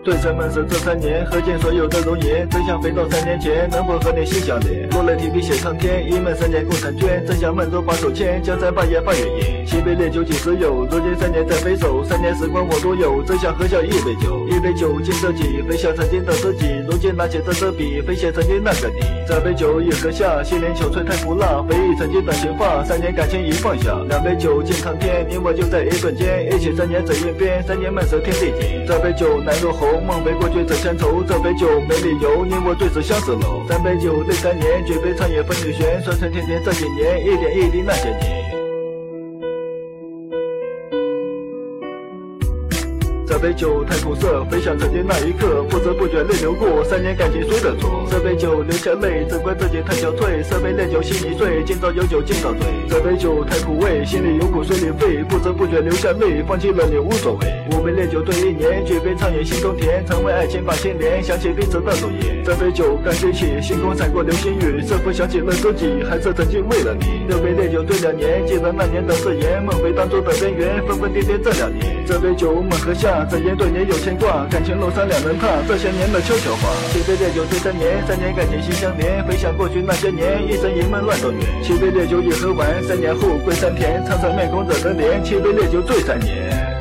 对城门市这3年，喝尽所有的容颜，真想飞到3年前，能否和你心相连？落了提笔写苍天，一门3年共婵娟，真想梦中把手牵，江山霸业发远迎。西北烈酒几时有？如今3年在回首，3年时光我独有，真想喝下一杯酒。一杯酒敬自己，飞向曾经的自己，如今拿起这支笔，飞写曾经那个你。这杯酒一喝下，心灵憔悴太苦辣，回忆曾经的情话，3年感情已放下。2杯酒敬苍天，你我就在一瞬间，一起3年枕云边，3年梦时天地间。这杯酒难入喉，梦回过去这乡愁，这杯酒没理由，你我对视相思楼。3杯酒对3年，举杯畅饮风雨轩，酸酸甜甜这几年，一点一滴那些年。这杯酒太苦涩，回想曾经那一刻，不知不觉泪流过，3年感情谁的错？这杯酒流下泪，只怪自己太憔悴，这杯烈酒心已碎，今朝有酒今朝醉。这杯酒太苦味，心里有苦水里沸，不知不觉流下泪，放弃了你无所谓。5杯烈酒对1年，举杯畅饮心中甜，曾为爱情把心连，想起彼此的容颜。这杯酒刚吹起，星空闪过流星雨，是否想起了自己，还是曾经为了你？6杯烈酒对2年，记得那年的誓言，梦回当初的边缘，疯疯癫癫这2年。这杯酒梦喝下，怎言对你有牵挂，感情路上2人踏，这些年的悄悄话。7杯烈酒对3年，3年感情心相连，回想过去那些年，一生一梦乱中原。7杯烈酒一喝完，3年后归山田，沧桑面孔惹人怜，7杯烈酒醉3年。